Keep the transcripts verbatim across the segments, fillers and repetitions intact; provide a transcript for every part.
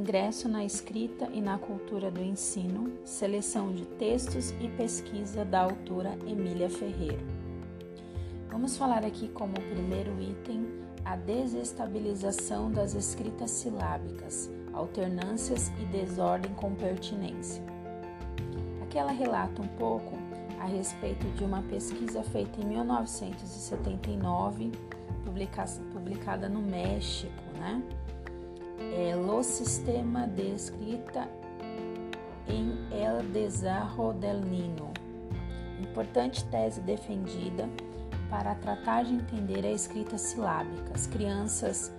ingresso na escrita e na cultura do ensino, seleção de textos e pesquisa da autora Emília Ferreiro. Vamos falar aqui como primeiro item a desestabilização das escritas silábicas, alternâncias e desordem com pertinência. Aqui ela relata um pouco a respeito de uma pesquisa feita em mil novecentos e setenta e nove, publicada no México, né? É, Lo Sistema de Escrita en el Desarrollo del Niño. Importante tese defendida para tratar de entender a escrita silábica. As crianças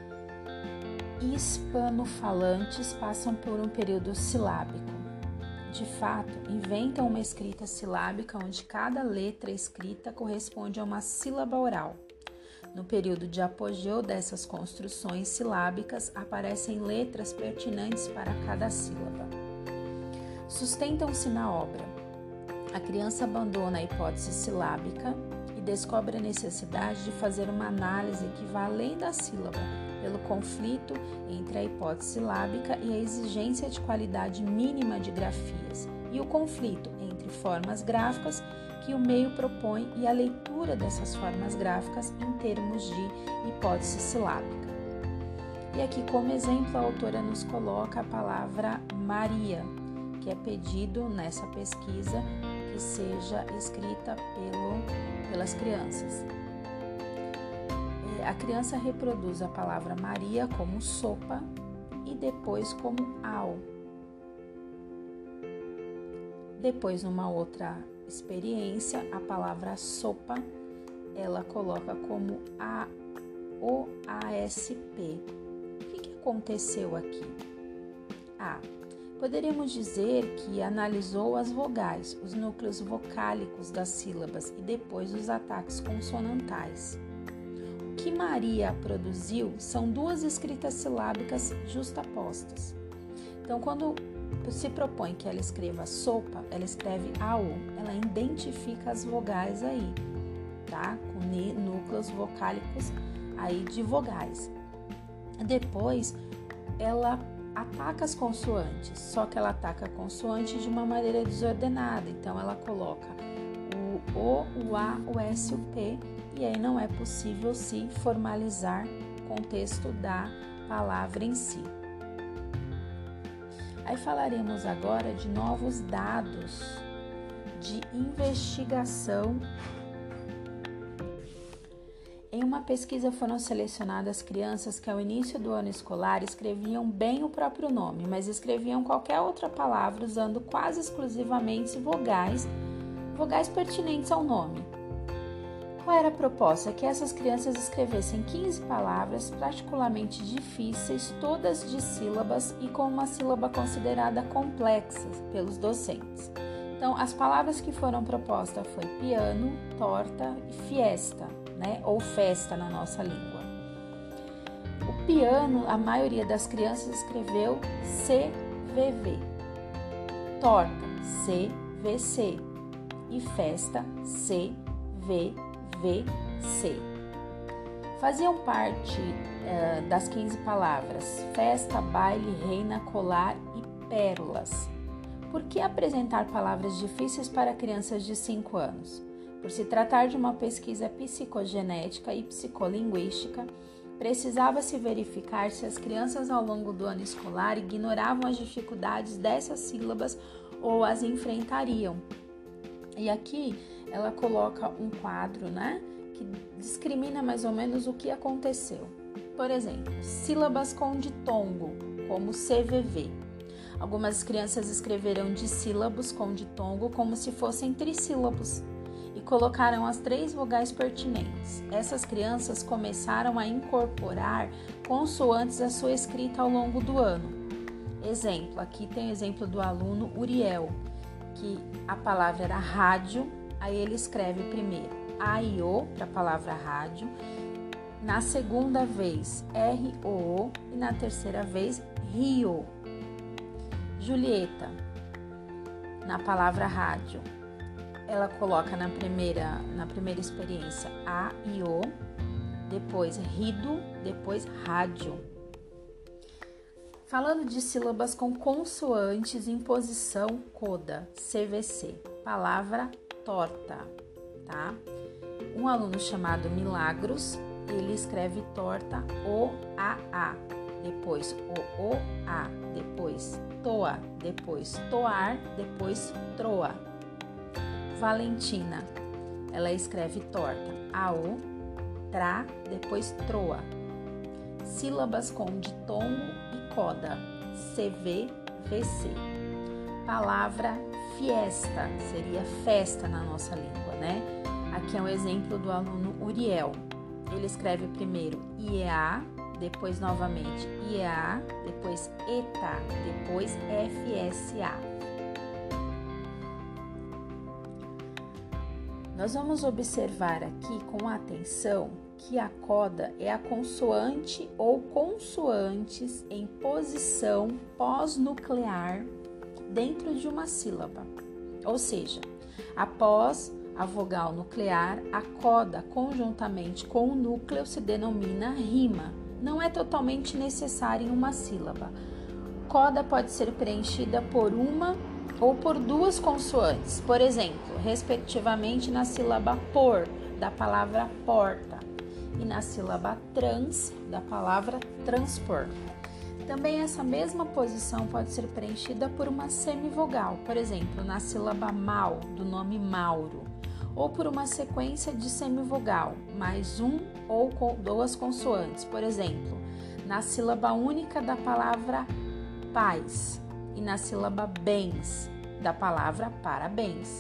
hispanofalantes passam por um período silábico. De fato, inventam uma escrita silábica onde cada letra escrita corresponde a uma sílaba oral. No período de apogeu dessas construções silábicas, aparecem letras pertinentes para cada sílaba. Sustentam-se na obra. A criança abandona a hipótese silábica e descobre a necessidade de fazer uma análise que vá além da sílaba, pelo conflito entre a hipótese silábica e a exigência de qualidade mínima de grafias, e o conflito entre formas gráficas que o meio propõe e a leitura dessas formas gráficas em termos de hipótese silábica. E aqui, como exemplo, a autora nos coloca a palavra Maria, que é pedido nessa pesquisa que seja escrita pelo, pelas crianças. A criança reproduz a palavra Maria como sopa e depois como ao. Depois, numa outra experiência, a palavra sopa, ela coloca como A O A S P. O que, que aconteceu aqui? A. Poderíamos dizer que analisou as vogais, os núcleos vocálicos das sílabas e depois os ataques consonantais. O que Maria produziu são duas escritas silábicas justapostas. Então, quando se propõe que ela escreva sopa, ela escreve A O, ela identifica as vogais aí, tá? Com núcleos vocálicos aí de vogais. Depois, ela ataca as consoantes, só que ela ataca a consoante de uma maneira desordenada. Então, ela coloca o O, o A, o S e o P, e aí não é possível se formalizar o contexto da palavra em si. Aí falaremos agora de novos dados de investigação. Em uma pesquisa foram selecionadas crianças que ao início do ano escolar escreviam bem o próprio nome, mas escreviam qualquer outra palavra usando quase exclusivamente vogais, vogais pertinentes ao nome. Qual era a proposta? Que essas crianças escrevessem quinze palavras particularmente difíceis, todas de sílabas e com uma sílaba considerada complexa pelos docentes. Então, as palavras que foram propostas foi piano, torta e fiesta, né? Ou festa na nossa língua. O piano, a maioria das crianças escreveu C V V, torta C V C e festa C V V C. Faziam parte uh, das quinze palavras festa, baile, reina, colar e pérolas. Por que apresentar palavras difíceis para crianças de cinco anos? Por se tratar de uma pesquisa psicogenética e psicolinguística, precisava-se verificar se as crianças ao longo do ano escolar ignoravam as dificuldades dessas sílabas ou as enfrentariam. E aqui ela coloca um quadro, né, que discrimina mais ou menos o que aconteceu. Por exemplo, sílabas com ditongo, como C V V. Algumas crianças escreveram dissílabos com ditongo como se fossem trissílabos e colocaram as três vogais pertinentes. Essas crianças começaram a incorporar consoantes à sua escrita ao longo do ano. Exemplo, aqui tem o exemplo do aluno Uriel, que a palavra era rádio, aí ele escreve primeiro A I O para a palavra rádio, na segunda vez R O O e na terceira vez Rio. Julieta, na palavra rádio, ela coloca na primeira, na primeira experiência A I O, depois rido, depois rádio. Falando de sílabas com consoantes em posição coda, C V C. Palavra torta, tá? Um aluno chamado Milagros, ele escreve torta O A A, depois O O A, depois toa, depois toar, depois troa. Valentina, ela escreve torta A O, tra, depois troa. Sílabas com ditongo e coda, C V V C. Palavra fiesta, seria festa na nossa língua, né? Aqui é um exemplo do aluno Uriel. Ele escreve primeiro I E A, depois novamente I E A, depois E T A, depois F S A. Nós vamos observar aqui com atenção que a coda é a consoante ou consoantes em posição pós-nuclear dentro de uma sílaba. Ou seja, após a vogal nuclear, a coda conjuntamente com o núcleo se denomina rima. Não é totalmente necessária em uma sílaba. Coda pode ser preenchida por uma ou por duas consoantes, por exemplo, respectivamente na sílaba por, da palavra porta, e na sílaba trans, da palavra transpor. Também essa mesma posição pode ser preenchida por uma semivogal, por exemplo, na sílaba mal, do nome Mauro, ou por uma sequência de semivogal, mais um ou duas consoantes, por exemplo, na sílaba única da palavra paz e na sílaba bens, da palavra parabéns.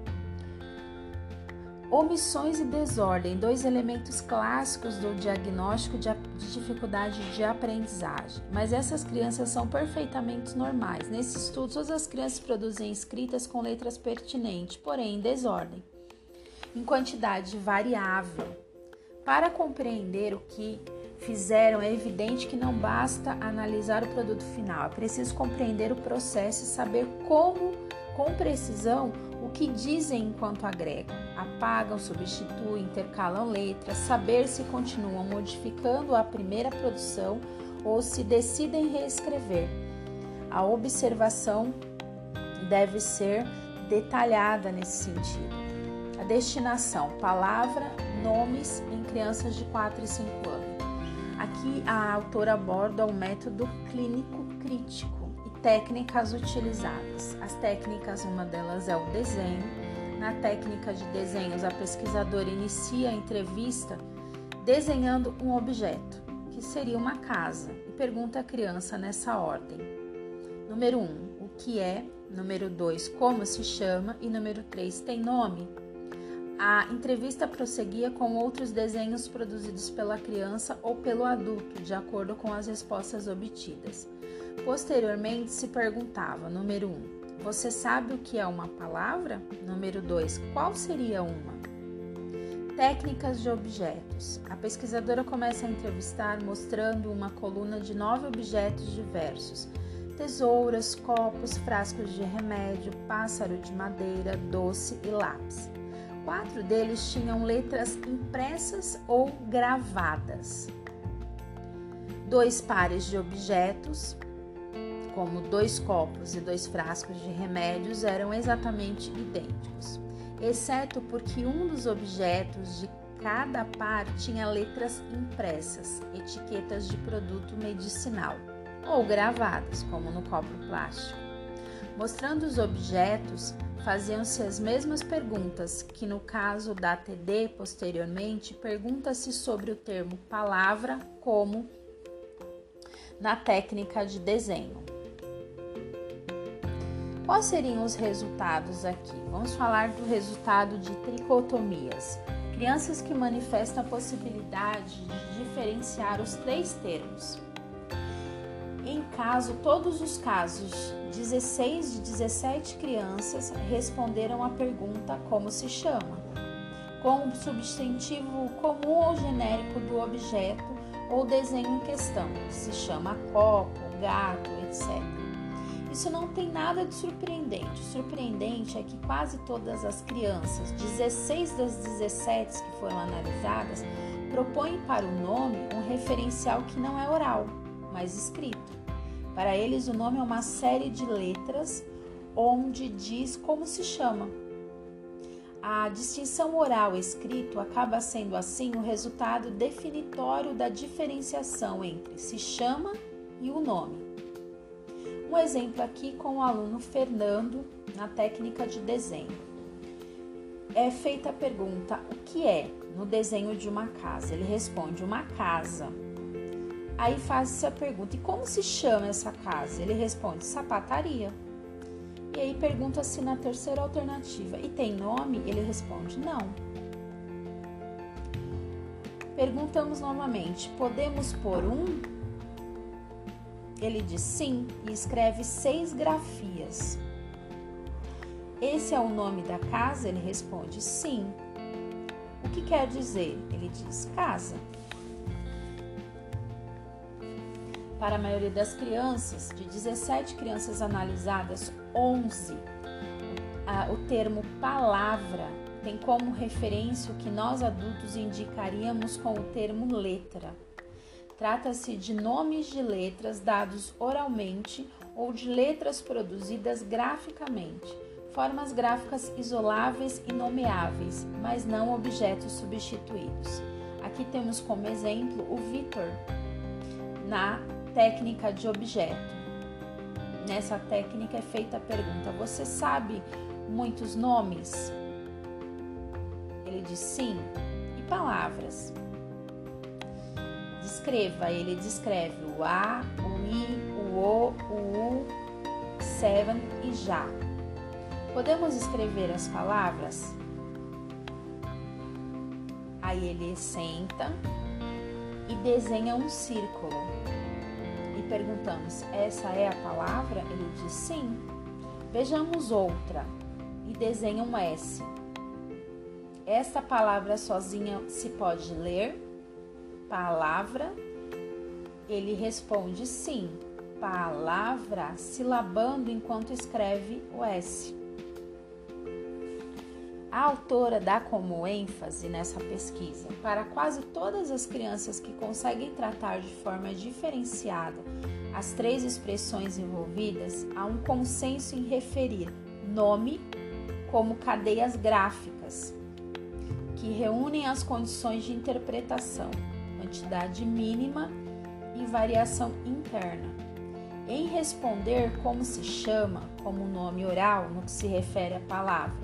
Omissões e desordem, dois elementos clássicos do diagnóstico de dificuldade de aprendizagem. Mas essas crianças são perfeitamente normais. Nesse estudo, todas as crianças produzem escritas com letras pertinentes, porém em desordem, em quantidade variável. Para compreender o que fizeram, é evidente que não basta analisar o produto final, é preciso compreender o processo e saber como, com precisão, o que dizem enquanto agregam, apagam, substituem, intercalam letras, saber se continuam modificando a primeira produção ou se decidem reescrever. A observação deve ser detalhada nesse sentido. A destinação, palavra, nomes em crianças de quatro e cinco anos. Aqui a autora aborda o método clínico crítico e técnicas utilizadas. As técnicas, uma delas é o desenho. Na técnica de desenhos, a pesquisadora inicia a entrevista desenhando um objeto, que seria uma casa, e pergunta à criança nessa ordem. Número um, o que é? Número dois, como se chama? E número três, tem nome? A entrevista prosseguia com outros desenhos produzidos pela criança ou pelo adulto, de acordo com as respostas obtidas. Posteriormente, se perguntava, número um, você sabe o que é uma palavra? Número dois, qual seria uma? Técnicas de objetos. A pesquisadora começa a entrevistar mostrando uma coluna de nove objetos diversos. Tesouras, copos, frascos de remédio, pássaro de madeira, doce e lápis. Quatro deles tinham letras impressas ou gravadas. Dois pares de objetos, como dois copos e dois frascos de remédios, eram exatamente idênticos, exceto porque um dos objetos de cada par tinha letras impressas, etiquetas de produto medicinal, ou gravadas, como no copo plástico. Mostrando os objetos, faziam-se as mesmas perguntas que no caso da T D posteriormente, pergunta-se sobre o termo palavra como na técnica de desenho. Quais seriam os resultados aqui? Vamos falar do resultado de tricotomias. Crianças que manifestam a possibilidade de diferenciar os três termos. Em caso, todos os casos, dezesseis de dezessete crianças responderam à pergunta como se chama, com o substantivo comum ou genérico do objeto ou desenho em questão, se chama copo, gato, etcétera. Isso não tem nada de surpreendente. O surpreendente é que quase todas as crianças, dezesseis das dezessete que foram analisadas, propõem para o nome um referencial que não é oral, mas escrito. Para eles, o nome é uma série de letras onde diz como se chama. A distinção oral escrito acaba sendo, assim, o resultado definitório da diferenciação entre se chama e o nome. Um exemplo aqui com o aluno Fernando, na técnica de desenho. É feita a pergunta, o que é no desenho de uma casa? Ele responde, uma casa. Aí faz-se a pergunta, e como se chama essa casa? Ele responde, sapataria. E aí pergunta-se na terceira alternativa, e tem nome? Ele responde, não. Perguntamos novamente, podemos pôr um? Ele diz sim e escreve seis grafias. Esse é o nome da casa? Ele responde sim. O que quer dizer? Ele diz casa. Para a maioria das crianças, de dezessete crianças analisadas, onze, o termo palavra tem como referência o que nós adultos indicaríamos com o termo letra. Trata-se de nomes de letras dados oralmente ou de letras produzidas graficamente, formas gráficas isoláveis e nomeáveis, mas não objetos substituídos. Aqui temos como exemplo o Vitor, na técnica de objeto. Nessa técnica é feita a pergunta, você sabe muitos nomes? Ele diz sim. E palavras? Descreva, ele descreve o a, o i, o o, o u, seven e já. Podemos escrever as palavras? Aí ele senta e desenha um círculo. E perguntamos, essa é a palavra? Ele diz sim. Vejamos outra. E desenha um S. Esta palavra sozinha se pode ler? Palavra? Ele responde sim. Palavra, silabando enquanto escreve o S. A autora dá como ênfase nessa pesquisa, para quase todas as crianças que conseguem tratar de forma diferenciada as três expressões envolvidas, há um consenso em referir nome como cadeias gráficas, que reúnem as condições de interpretação, quantidade mínima e variação interna. Em responder como se chama, como nome oral, no que se refere à palavra.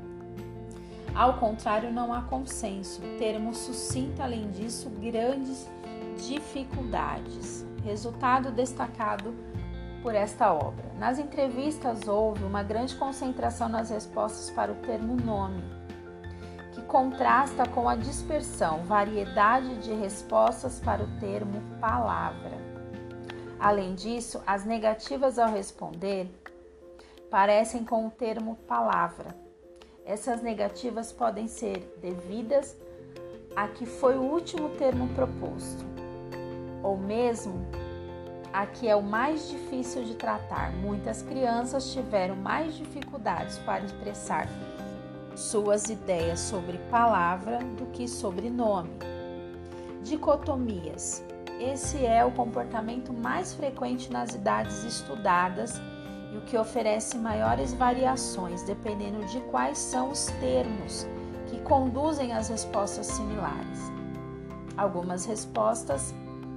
Ao contrário, não há consenso. O termo suscita, além disso, grandes dificuldades. Resultado destacado por esta obra. Nas entrevistas houve uma grande concentração nas respostas para o termo nome, que contrasta com a dispersão, variedade de respostas para o termo palavra. Além disso, as negativas ao responder parecem com o termo palavra. Essas negativas podem ser devidas a que foi o último termo proposto, ou mesmo a que é o mais difícil de tratar. Muitas crianças tiveram mais dificuldades para expressar suas ideias sobre palavra do que sobre nome. Dicotomias. Esse é o comportamento mais frequente nas idades estudadas e o que oferece maiores variações, dependendo de quais são os termos que conduzem às respostas similares. Algumas respostas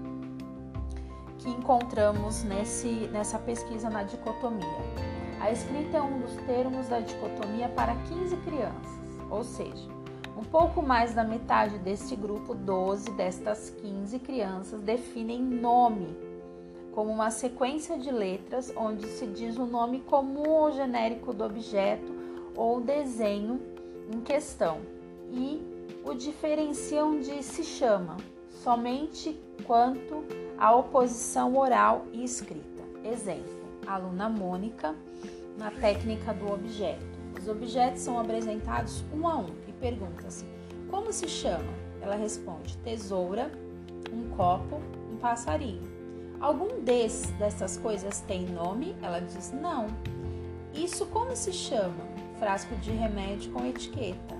que encontramos nesse, nessa pesquisa na dicotomia. A escrita é um dos termos da dicotomia para quinze crianças, ou seja, um pouco mais da metade deste grupo, doze destas quinze crianças, definem nome como uma sequência de letras onde se diz o nome comum ou genérico do objeto ou desenho em questão e o diferenciam de se chama, somente quanto à oposição oral e escrita. Exemplo, a aluna Mônica, na técnica do objeto. Os objetos são apresentados um a um e pergunta-se, como se chama? Ela responde, tesoura, um copo, um passarinho. Algum desses, dessas coisas tem nome? Ela diz não. Isso como se chama? Frasco de remédio com etiqueta.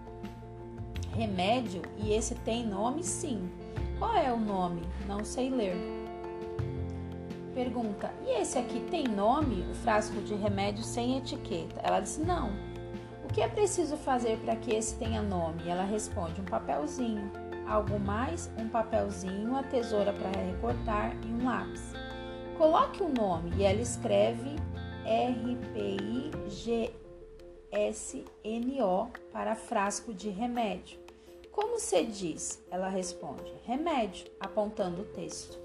Remédio? E esse tem nome? Sim. Qual é o nome? Não sei ler. pergunta: e esse aqui tem nome? O frasco de remédio sem etiqueta. Ela diz: não. O que é preciso fazer para que esse tenha nome? E ela responde: um papelzinho. Algo mais? Um papelzinho, a tesoura para recortar e um lápis. Coloque o nome. E ela escreve R P I G S N O para frasco de remédio. Como se diz? Ela responde: remédio, apontando o texto.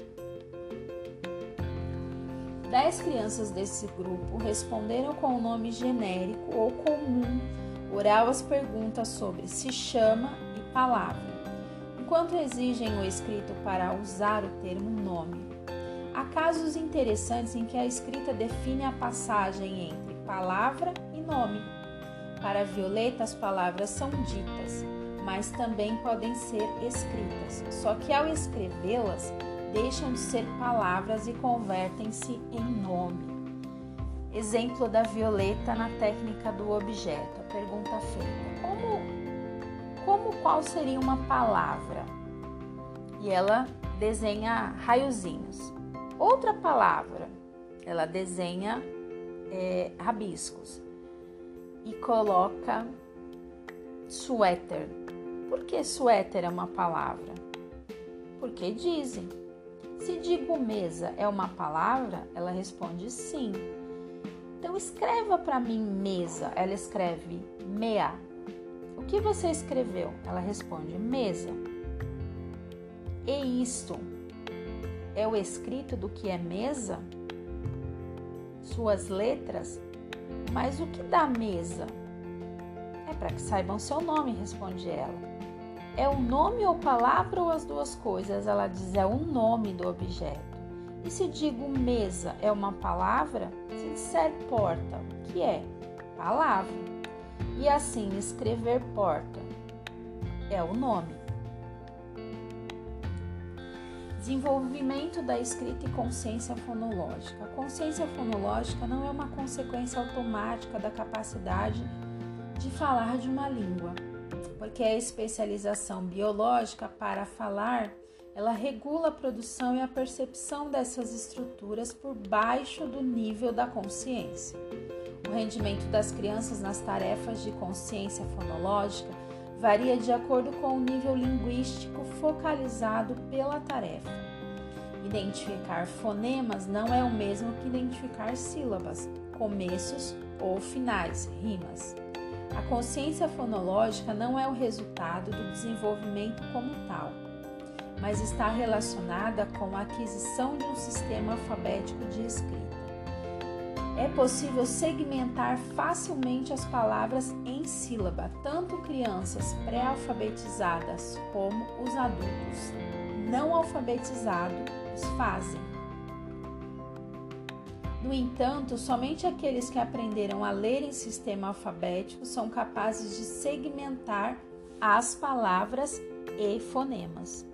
Dez crianças desse grupo responderam com o nome genérico ou comum oral às perguntas sobre se chama e palavra, enquanto exigem o escrito para usar o termo nome. Há casos interessantes em que a escrita define a passagem entre palavra e nome. Para Violeta, as palavras são ditas, mas também podem ser escritas, só que ao escrevê-las, deixam de ser palavras e convertem-se em nome. Exemplo da Violeta na técnica do objeto. A pergunta feita: como, como qual seria uma palavra? E ela desenha raiozinhos. Outra palavra, ela desenha é, rabiscos e coloca suéter. Por que suéter é uma palavra? Porque dizem. Se digo mesa é uma palavra, ela responde sim. Então escreva para mim mesa. Ela escreve mea. O que você escreveu? Ela responde mesa. E isto é o escrito do que é mesa? Suas letras? Mas o que dá mesa? É para que saibam seu nome, responde ela. É o nome ou palavra ou as duas coisas? Ela diz: é o nome do objeto. E se digo mesa é uma palavra? Se disser porta, o que é? Palavra. E assim, escrever porta é o nome. Desenvolvimento da escrita e consciência fonológica. A consciência fonológica não é uma consequência automática da capacidade de falar de uma língua, porque a especialização biológica para falar, ela regula a produção e a percepção dessas estruturas por baixo do nível da consciência. O rendimento das crianças nas tarefas de consciência fonológica varia de acordo com o nível linguístico focalizado pela tarefa. Identificar fonemas não é o mesmo que identificar sílabas, começos ou finais, rimas. A consciência fonológica não é o resultado do desenvolvimento como tal, mas está relacionada com a aquisição de um sistema alfabético de escrita. É possível segmentar facilmente as palavras em sílaba, tanto crianças pré-alfabetizadas como os adultos não alfabetizados fazem. No entanto, somente aqueles que aprenderam a ler em sistema alfabético são capazes de segmentar as palavras e fonemas.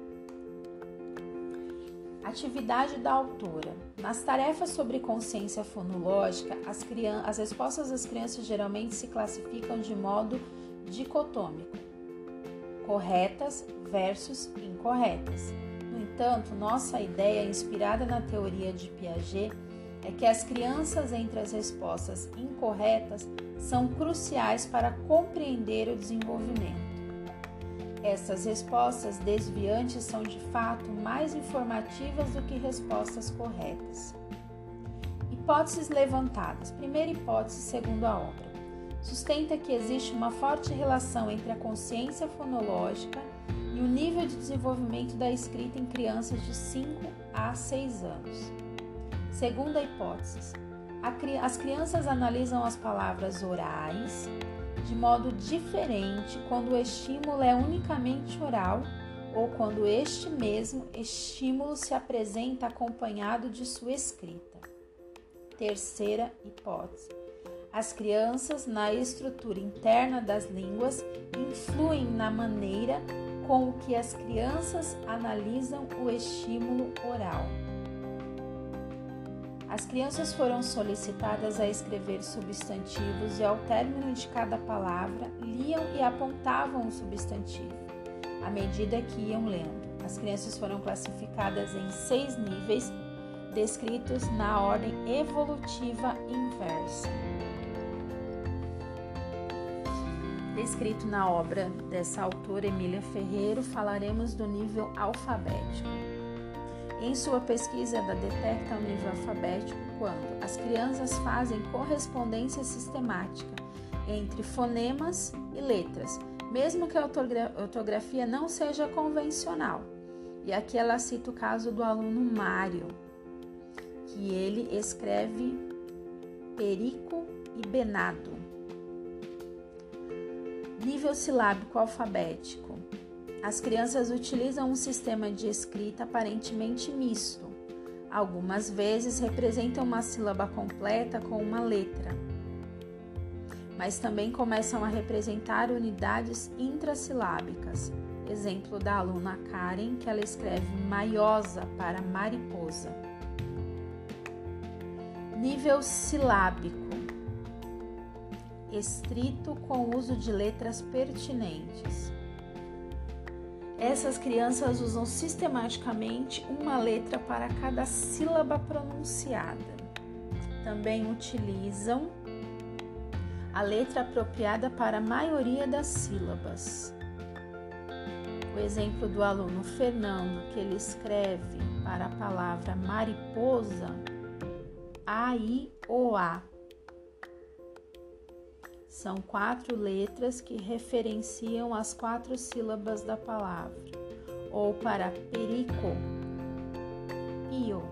Atividade da autora. Nas tarefas sobre consciência fonológica, as, crianças, as respostas das crianças geralmente se classificam de modo dicotômico: corretas versus incorretas. No entanto, nossa ideia, inspirada na teoria de Piaget, é que as crianças entre as respostas incorretas são cruciais para compreender o desenvolvimento. Essas respostas desviantes são de fato mais informativas do que respostas corretas. Hipóteses levantadas. Primeira hipótese, segundo a obra, sustenta que existe uma forte relação entre a consciência fonológica e o nível de desenvolvimento da escrita em crianças de cinco a seis anos. Segunda hipótese, as crianças analisam as palavras orais de modo diferente quando o estímulo é unicamente oral ou quando este mesmo estímulo se apresenta acompanhado de sua escrita. Terceira hipótese, as crianças, na estrutura interna das línguas, influem na maneira com que as crianças analisam o estímulo oral. As crianças foram solicitadas a escrever substantivos e, ao término de cada palavra, liam e apontavam o substantivo, à medida que iam lendo. As crianças foram classificadas em seis níveis descritos na ordem evolutiva inversa. Descrito na obra dessa autora Emília Ferreiro, falaremos do nível alfabético. Em sua pesquisa, ela detecta o nível alfabético quando as crianças fazem correspondência sistemática entre fonemas e letras, mesmo que a ortografia não seja convencional. E aqui ela cita o caso do aluno Mário, que ele escreve perico e benado. Nível silábico alfabético. As crianças utilizam um sistema de escrita aparentemente misto. Algumas vezes representam uma sílaba completa com uma letra, mas também começam a representar unidades intrassilábicas. Exemplo da aluna Karen, que ela escreve maiosa para mariposa. Nível silábico. Estrito com uso de letras pertinentes. Essas crianças usam sistematicamente uma letra para cada sílaba pronunciada. Também utilizam a letra apropriada para a maioria das sílabas. O exemplo do aluno Fernando, que ele escreve para a palavra mariposa, A, I, O, A. São quatro letras que referenciam as quatro sílabas da palavra. Ou para perico, pio,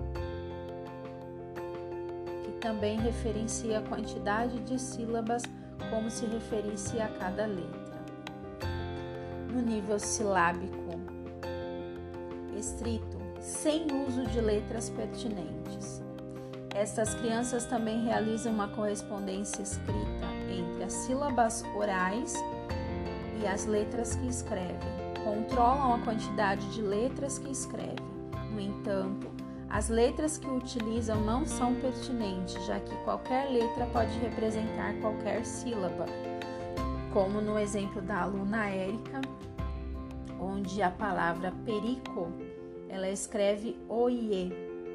que também referencia a quantidade de sílabas como se referisse a cada letra. No nível silábico estrito, sem uso de letras pertinentes. Estas crianças também realizam uma correspondência escrita entre as sílabas orais e as letras que escrevem. Controlam a quantidade de letras que escrevem. No entanto, as letras que utilizam não são pertinentes, já que qualquer letra pode representar qualquer sílaba, como no exemplo da aluna Érica, onde a palavra perico, ela escreve oie.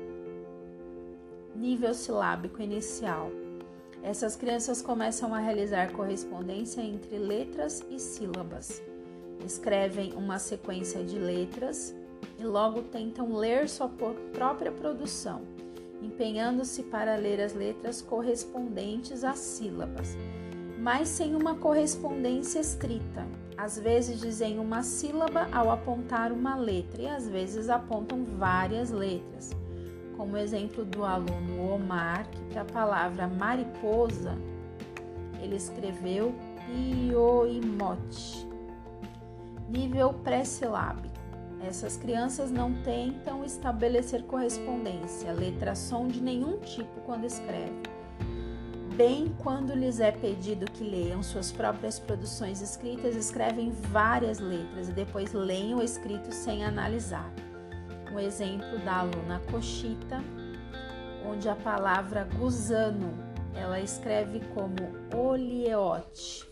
Nível silábico inicial. Essas crianças começam a realizar correspondência entre letras e sílabas. Escrevem uma sequência de letras e logo tentam ler sua própria produção, empenhando-se para ler as letras correspondentes às sílabas, mas sem uma correspondência estrita. Às vezes dizem uma sílaba ao apontar uma letra e às vezes apontam várias letras. Como exemplo do aluno Omar, que para a palavra mariposa, ele escreveu pioimote. Nível pré-silábico. Essas crianças não tentam estabelecer correspondência, letra som de nenhum tipo quando escrevem. Bem quando lhes é pedido que leiam suas próprias produções escritas, escrevem várias letras e depois leem o escrito sem analisar. Um exemplo da aluna Cochita, onde a palavra gusano, ela escreve como olieote.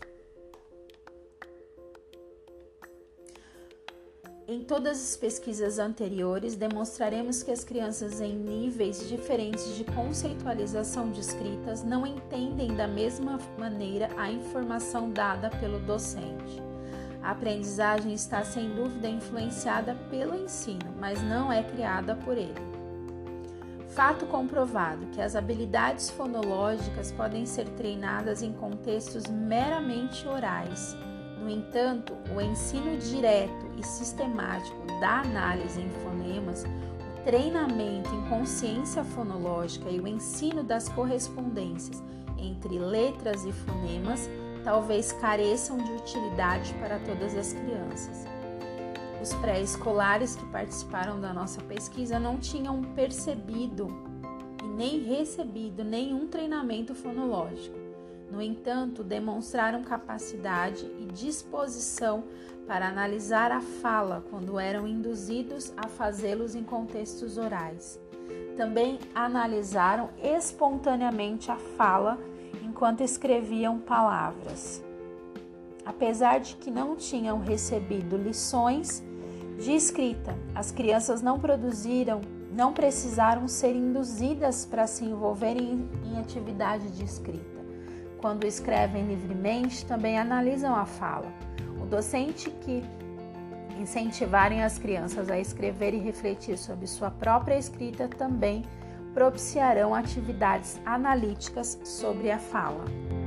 Em todas as pesquisas anteriores, demonstraremos que as crianças em níveis diferentes de conceitualização de escritas não entendem da mesma maneira a informação dada pelo docente. A aprendizagem está sem dúvida influenciada pelo ensino, mas não é criada por ele. Fato comprovado que as habilidades fonológicas podem ser treinadas em contextos meramente orais. No entanto, o ensino direto e sistemático da análise em fonemas, o treinamento em consciência fonológica e o ensino das correspondências entre letras e fonemas talvez careçam de utilidade para todas as crianças. Os pré-escolares que participaram da nossa pesquisa não tinham percebido e nem recebido nenhum treinamento fonológico. No entanto, demonstraram capacidade e disposição para analisar a fala quando eram induzidos a fazê-los em contextos orais. Também analisaram espontaneamente a fala enquanto escreviam palavras. Apesar de que não tinham recebido lições de escrita, as crianças não produziram não precisaram ser induzidas para se envolverem em atividade de escrita. Quando escrevem livremente, também analisam a fala. O docente que incentivarem as crianças a escrever e refletir sobre sua própria escrita também propiciarão atividades analíticas sobre a fala.